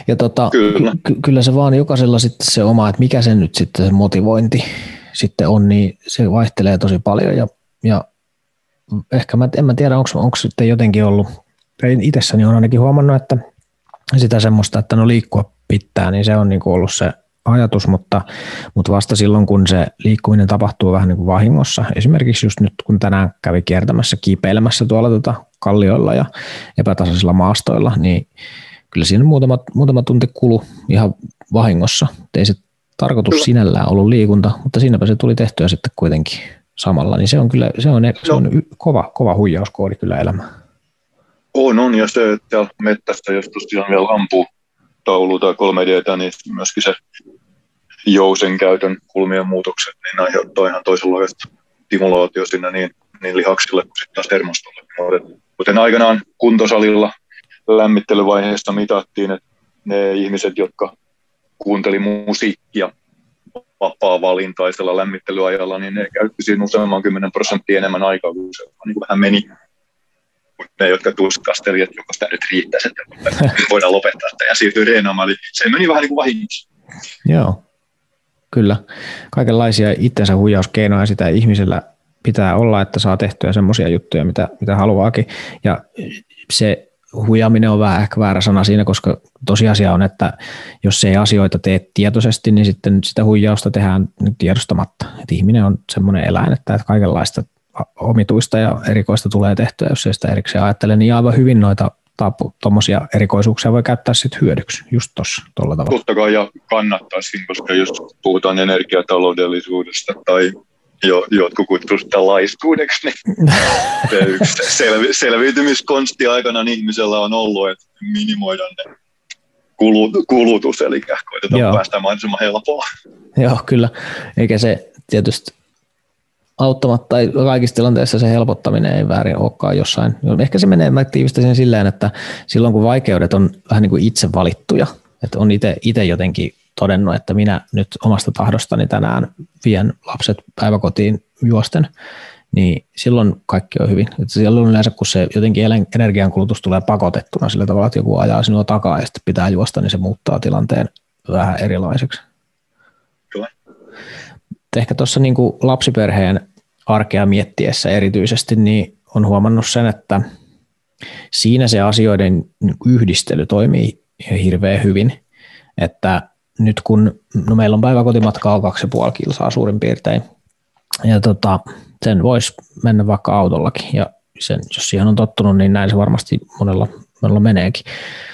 Ja kyllä se vaan jokaisella sitten se oma, että mikä se nyt sitten se motivointi sitten on, niin se vaihtelee tosi paljon ja ehkä en mä tiedä, onko sitten jotenkin ollut, itsessäni on ainakin huomannut, että sitä semmoista, että no liikkua pitää, niin se on niin kuin ollut se ajatus, mutta vasta silloin, kun se liikkuminen tapahtuu vähän niin kuin vahingossa, esimerkiksi just nyt, kun tänään kävi kiertämässä, kiipeilemässä tuolla kallioilla ja epätasaisilla maastoilla, niin kyllä siinä muutama tunti kulu ihan vahingossa. Ei se tarkoitus sinällään ollut liikunta, mutta siinäpä se tuli tehtyä sitten kuitenkin samalla, niin se on kyllä se on kova huijauskoodi kyllä elämään. On, ja se, että täällä mettässä, jos tosiaan vielä ampuu taulu tai 3D:tä, niin myöskin se jousen käytön kulmien muutokset niin aiheuttaa ihan toisenlaista stimulaatio sinne niin lihaksille kuin sitten taas hermostolle. Kuten aikanaan kuntosalilla lämmittelyvaiheessa mitattiin, että ne ihmiset, jotka kuunteli musiikkia vapaa-valintaisella lämmittelyajalla, niin ne käytti siinä useamman 10% enemmän aikaa, kun se niin kuin vähän meni. Ne, jotka tuskasteli, että joko sitä nyt riittäisi, että voidaan lopettaa sitä ja siirtyä reenaamaan. Eli se meni vähän niin kuin vahingossa. Joo, kyllä. Kaikenlaisia itsensä huijauskeinoja sitä ihmisellä pitää olla, että saa tehtyä semmoisia juttuja, mitä haluaakin. Ja se huijaaminen on vähän ehkä väärä sana siinä, koska tosiasia on, että jos ei asioita tee tietoisesti, niin sitten sitä huijausta tehdään tiedostamatta. Et ihminen on semmoinen eläin, että kaikenlaista omituista ja erikoista tulee tehtyä, jos ei sitä erikseen ajattele, niin aivan hyvin noita tuommoisia erikoisuuksia voi käyttää sitten hyödyksi just tuolla tavalla. Totta kai ja kannattaisikin, koska jos puhutaan energiataloudellisuudesta tai jotkut kutsuvat sitä laistuudeksi, niin yksi selviytymiskonsti aikana ihmisellä on ollut, että minimoidaan ne kulutus, eli koitetaan päästä mahdollisimman helpolla. Joo, kyllä, eikä se tietysti auttamatta tai kaikissa tilanteissa se helpottaminen ei väärin olekaan jossain. Ehkä se menee, mä tiivistä sen silleen, että silloin kun vaikeudet on vähän niin kuin itse valittuja, että on itse jotenkin todennut, että minä nyt omasta tahdostani tänään vien lapset päiväkotiin juosten, niin silloin kaikki on hyvin. Että silloin yleensä, kun se jotenkin energiankulutus tulee pakotettuna sillä tavalla, että joku ajaa sinua takaa ja sitten pitää juosta, niin se muuttaa tilanteen vähän erilaiseksi. Kyllä. Ehkä tuossa niin kuin lapsiperheen arkea miettiessä erityisesti, niin on huomannut sen, että siinä se asioiden yhdistely toimii hirveän hyvin, että nyt kun meillä on päiväkotimatkaa 2,5 kilsaa suurin piirtein, ja sen voisi mennä vaikka autollakin, ja jos siihen on tottunut, niin näin se varmasti monella meneekin.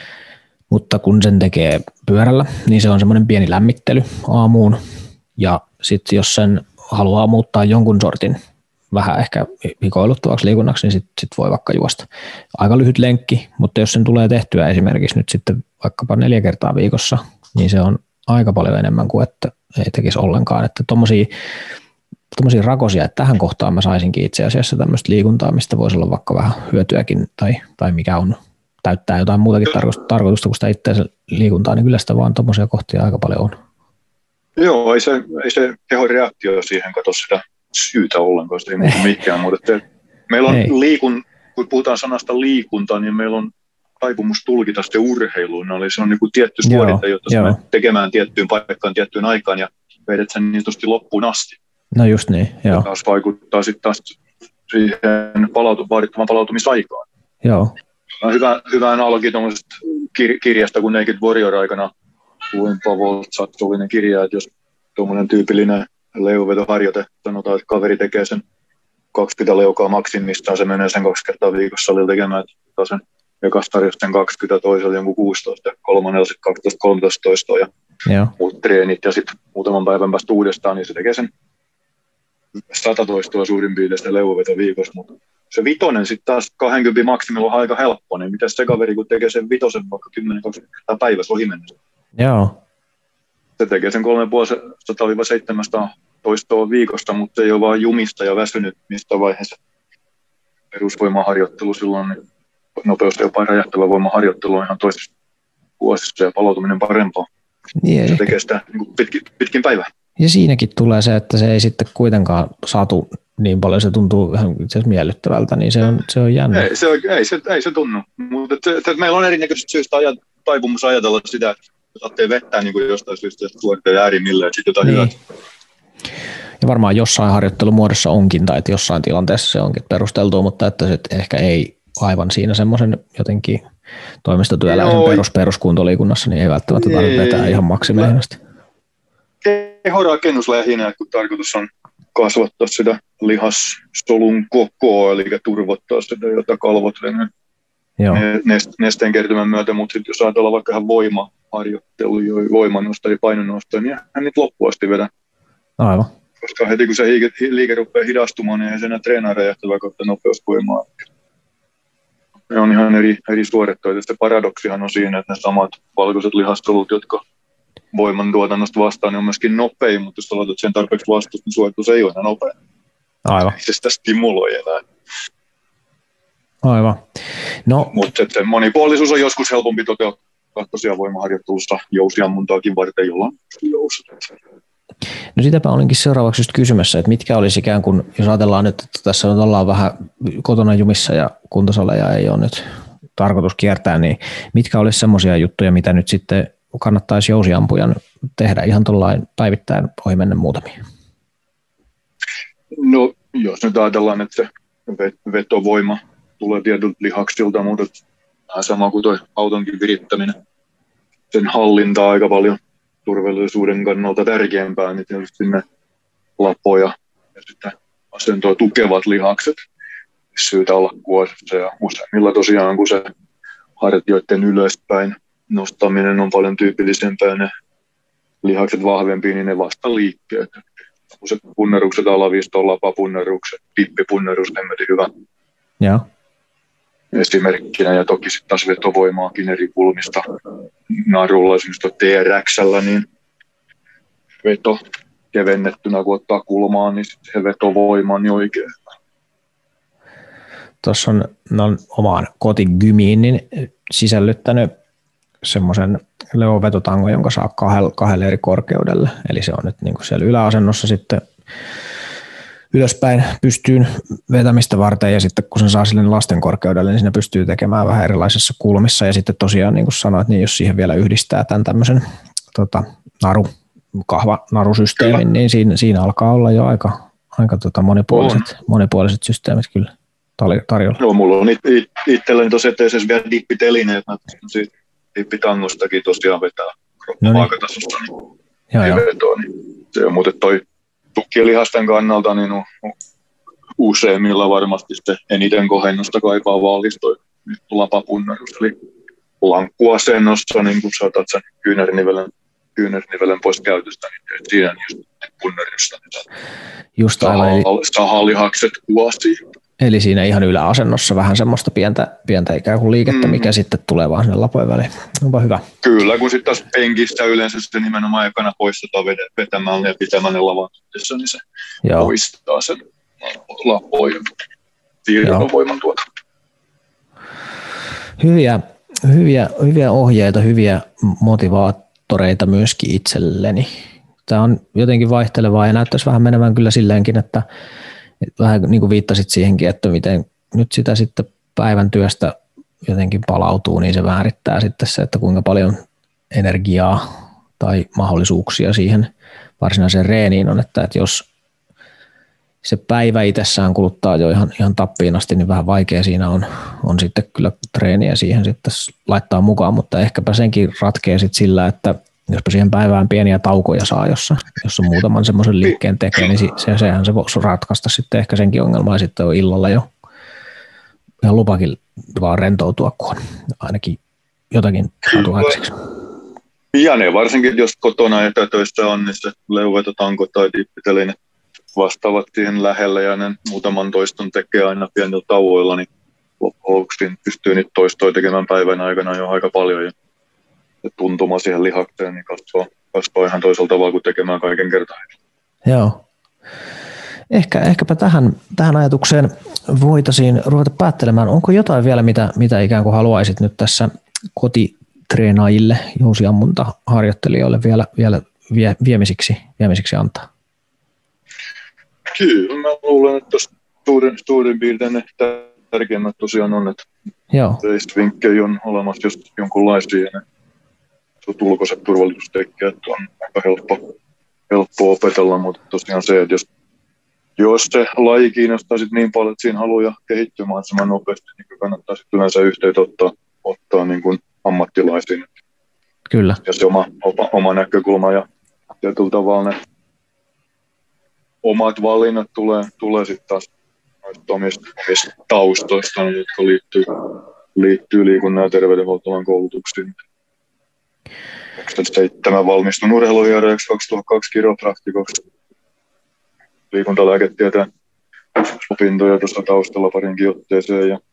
Mutta kun sen tekee pyörällä, niin se on semmoinen pieni lämmittely aamuun, ja sitten jos sen haluaa muuttaa jonkun sortin vähän ehkä hikoiluttavaksi liikunnaksi, niin sit voi vaikka juosta. Aika lyhyt lenkki, mutta jos sen tulee tehtyä esimerkiksi nyt sitten vaikkapa 4 kertaa viikossa, niin se on aika paljon enemmän kuin että ei tekisi ollenkaan. Että tommosia rakosia, että tähän kohtaan mä saisinkin itse asiassa tämmöistä liikuntaa, mistä voisi olla vaikka vähän hyötyäkin tai mikä on täyttää jotain muutakin tarkoitusta kuin sitä itseänsä liikuntaa, niin kyllä sitä vaan tommosia kohtia aika paljon on. Joo, ei se kehon reaktio siihen katso sitä syytä ollenkaan, se ei muuta mikään, mutta meillä on kun puhutaan sanasta liikunta, niin meillä on taipumus tulkita se urheiluun, eli se on niin kuin tietty suorite, jotta se tekemään tiettyyn paikkaan, tiettyyn aikaan ja vedät sen niin tosti loppuun asti. No just niin, joo. Taas vaikuttaa sitten taas siihen vaadittavan palautumisaikaan. Joo. On hyvä analogi tuollaisesta kirjasta, kun Naked Warrior aikana luin Pavel Tsatsovinen kirja, että jos tuommoinen tyypillinen leuvetoharjoite, sanotaan, että kaveri tekee sen 20 leukaa maksimistaan, se menee sen 2 kertaa viikossa salilla tekemään, että sen ekasta harjoista sen 20, toisella jonkun 16 ja kolmannella sitten 12-13 toistoa ja muut treenit ja sitten muutaman päivän päästä uudestaan, niin se tekee sen 100 toistoa suurin piirtein sitä leuveto viikossa, mutta se vitonen sitten taas 20 maksimilla on aika helppo, niin miten se kaveri, kun tekee sen vitosen vaikka 10-20 kertaa päivässä ohi mennessä? Joo. Se tekee sen 350-700 toistoa viikosta, mutta ei ole vaan jumista ja väsynyt mistä vaiheessa perusvoimaharjoittelu silloin, niin nopeus jopa räjähtävä voimaharjoittelu on ihan toisessa vuosissa ja palautuminen parempaa. Niin, se tekee sitä niin pitkin päivää. Ja siinäkin tulee se, että se ei sitten kuitenkaan saatu niin paljon, se tuntuu ihan itse asiassa miellyttävältä, niin se on jännä. Ei se tunnu, mutta meillä on erinäköisistä syistä taipumus ajatella sitä, että saatte vettää niin kuin jostain syystä suoritteja äärimmilleen, sitten jotain Niin. hyötyä. Ja varmaan jossain harjoittelumuodossa onkin, tai että jossain tilanteessa se onkin perusteltua, mutta että se ehkä ei aivan siinä semmoisen jotenkin toimistotyöläisen peruskuntoliikunnassa, niin ei välttämättä tarvitse vetää ihan maksimeihin asti. Kehorakennus lähinnä, kun tarkoitus on kasvattaa sitä lihassolun kokoa, eli turvottaa sitä, jota kalvot nesteen kertymän myötä, mutta sitten jos ajatellaan vaikka ihan voimaharjoitteluja, voimanosta ja painonnosta, niin hän niitä loppuun asti vedä. Aivan. Koska heti kun se liike rupeaa hidastumaan, niin ei se enää treenaa räjähtävää kautta nopeusvoimaa. Ne on ihan eri suoritteita. Se paradoksihan on siinä, että ne samat valkoiset lihastolut, jotka voimantuotannosta vastaan, niin on myöskin nopein, mutta jos aloitat sen tarpeeksi vastusta, niin suoritus ei ole enää nopea. Aivan. Se sitä stimuloi enää. Aivan. No. Mutta se monipuolisuus on joskus helpompi toteuttaa tosiaan voimaharjoittelussa jousiammuntaakin varten, jolla on jousi. No sitäpä olinkin seuraavaksi just kysymässä, että mitkä olisi ikään kuin, jos ajatellaan nyt, että tässä nyt ollaan vähän kotona jumissa ja kuntosaleja ei ole nyt tarkoitus kiertää, niin mitkä olisi semmoisia juttuja, mitä nyt sitten kannattaisi jousiampujan tehdä ihan tuollain päivittäin ohi mennä muutamia? No jos nyt ajatellaan, että se vetovoima tulee tietyiltä lihaksilta, mutta vähän sama kuin tuo autonkin virittäminen, sen hallinta on aika paljon turvallisuuden kannalta tärkeämpää, niin tietysti ne lapoja ja sitten asentoa tukevat lihakset syytä olla kuosissa. Ja useimmilla tosiaan, kun se hartioiden ylöspäin nostaminen on paljon tyypillisempää, ne lihakset vahvempia, niin ne vasta liikkeet. Useat punnerukset, alaviston lapapunnerukset, pippipunnerus, hemmetin hyvä. Ja. Esimerkkinä, ja toki sitten taas vetovoimaakin eri kulmista narulla, esimerkiksi TRX:llä, niin veto kevennettynä, kun ottaa kulmaan, niin sitten se vetovoima on niin oikein. Tuossa on omaan kotigymiin niin sisällyttänyt semmoisen leovetotangon, jonka saa kahdelle eri korkeudelle. Eli se on nyt niin kuin siellä yläasennossa sitten ylöspäin pystyyn vetämistä varten, ja sitten kun sen saa sille lasten korkeudelle, niin siinä pystyy tekemään vähän erilaisissa kulmissa, ja sitten tosiaan niin kuin sanoit, niin jos siihen vielä yhdistää tämän tämmöisen kahvanarusysteemin, niin siinä alkaa olla jo aika monipuoliset systeemit kyllä tarjolla. Joo, mulla on itselläni tosiaan edes vielä dippitelineet, siitä dippitangostakin tosiaan vetää kroppa-aikatasossa, niin se on muuten toi tukkilihasten kannalta niin useimmilla varmasti se eniten kohennusta kaipaa vaalistoi lapapunnarus, eli lankkuasennossa, niin kun saatat sen kyynärnivelen pois käytöstä, niin siinä just punnarusta, niin sahalihakset kuosii. Eli siinä ihan yläasennossa vähän semmoista pientä ikään kuin liikettä, mikä sitten tulee vaan sinne lapojen väliin. Onpa hyvä. Kyllä, kun sitten taas penkistä yleensä se nimenomaan ekana poistetaan vetämällä ja pitämällä lavatessa, niin se poistaa sen lapojen siirtovoiman tuota. Hyviä ohjeita, hyviä motivaattoreita myöskin itselleni. Tämä on jotenkin vaihtelevaa ja näyttäisi vähän menevän kyllä silleenkin, että vähän niin kuin viittasit siihenkin, että miten nyt sitä sitten päivän työstä jotenkin palautuu, niin se määrittää sitten se, että kuinka paljon energiaa tai mahdollisuuksia siihen varsinaiseen reeniin on, että jos se päivä itsessään kuluttaa jo ihan tappiin asti, niin vähän vaikea siinä on sitten kyllä treeniä siihen sitten laittaa mukaan, mutta ehkäpä senkin ratkee sitten sillä, että jospa siihen päivään pieniä taukoja saa, jossa on muutaman semmoisen liikkeen tekee, niin sehän se voisi ratkaista sitten ehkä senkin ongelmaa, ja sitten on illalla jo ihan lupakin vaan rentoutua, kun on ainakin jotakin saatu aikaiseksi. Ja ne varsinkin, jos kotona etätöissä on, niin se leuvetotanko tai dippiteline vastaavat siihen lähelle, ja ne muutaman toiston tekee aina pienillä tauoilla, niin loppujen pystyy niitä toistoja tekemään päivän aikana jo aika paljon, ja tuntuma siihen lihakseen niin kasvaa ihan toisella tavalla kuin tekemään kaiken kertaa. Joo. Ehkäpä tähän ajatukseen voitaisiin ruveta päättelemään. Onko jotain vielä, mitä ikään kuin haluaisit nyt tässä kotitreenaajille, jousiammuntaharjoittelijoille vielä viemisiksi antaa? Kyllä, mä luulen, että suurin piirtein ne tärkeimmät tosiaan on, että vinkkejä on olemassa just jonkunlaisia, ja ne ulkoiset turvallisuustekijät on aika helppo opetella, mutta tosiaan se, että jos se laji kiinnostaa sit niin paljon, että siinä haluaa kehittyä mahdollisimman nopeasti, niin kannattaa sitten yleensä yhteyttä ottaa niin kuin ammattilaisiin. Kyllä. Ja se oma näkökulma ja tietyllä tavalla ne omat valinnat tulee sitten taas omista taustoista, jotka liittyy liikunnan ja terveydenhuoltoalan koulutuksiin. 2007 valmistun urheiluvieraajaksi, 2002 kiropraktikoksi. Liikuntalääketieteen opintoja tuossa taustalla parinkin otteeseen ja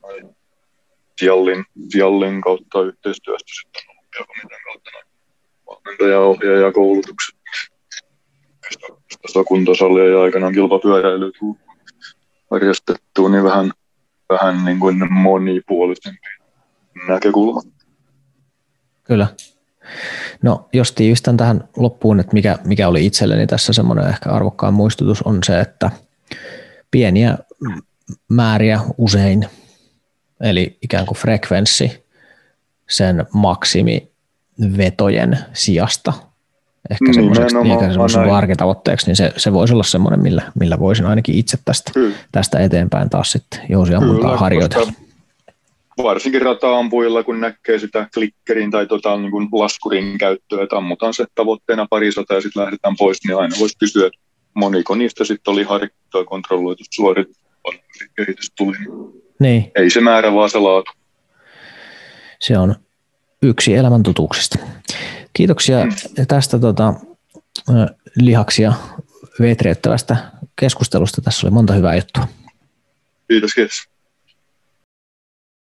Jallin kautta yhteistyöstä sitten on komitean kautta valmentaja koulutukset. Tuossa kuntosalia ja aikanaan kilpapyöräilyä harjastettua, niin vähän niin kuin monipuolisempi näkökulma. Kyllä. No, jos tiivistän tähän loppuun, että mikä oli itselleni tässä semmoinen ehkä arvokkaan muistutus, on se, että pieniä määriä usein, eli ikään kuin frekvenssi sen maksimivetojen sijasta, ehkä semmoiseksi arkitavoitteeksi, niin se voisi olla semmoinen, millä voisin ainakin itse tästä eteenpäin taas sitten jousiammuntaa harjoitella. Varsinkin rata-ampujilla, kun näkee sitä klikkerin tai niin kuin laskurin käyttöä, että ammutaan se tavoitteena 200 ja sitten lähdetään pois, niin aina voisi kysyä, että moniko niistä sitten oli harjoittua ja kontrolloitu suoritus, kehitys tuli. Niin. Ei se määrä, vaan se laatu. Se on yksi elämäntotuuksista. Kiitoksia tästä lihaksia vetreyttävästä keskustelusta. Tässä oli monta hyvää juttua. Kiitos.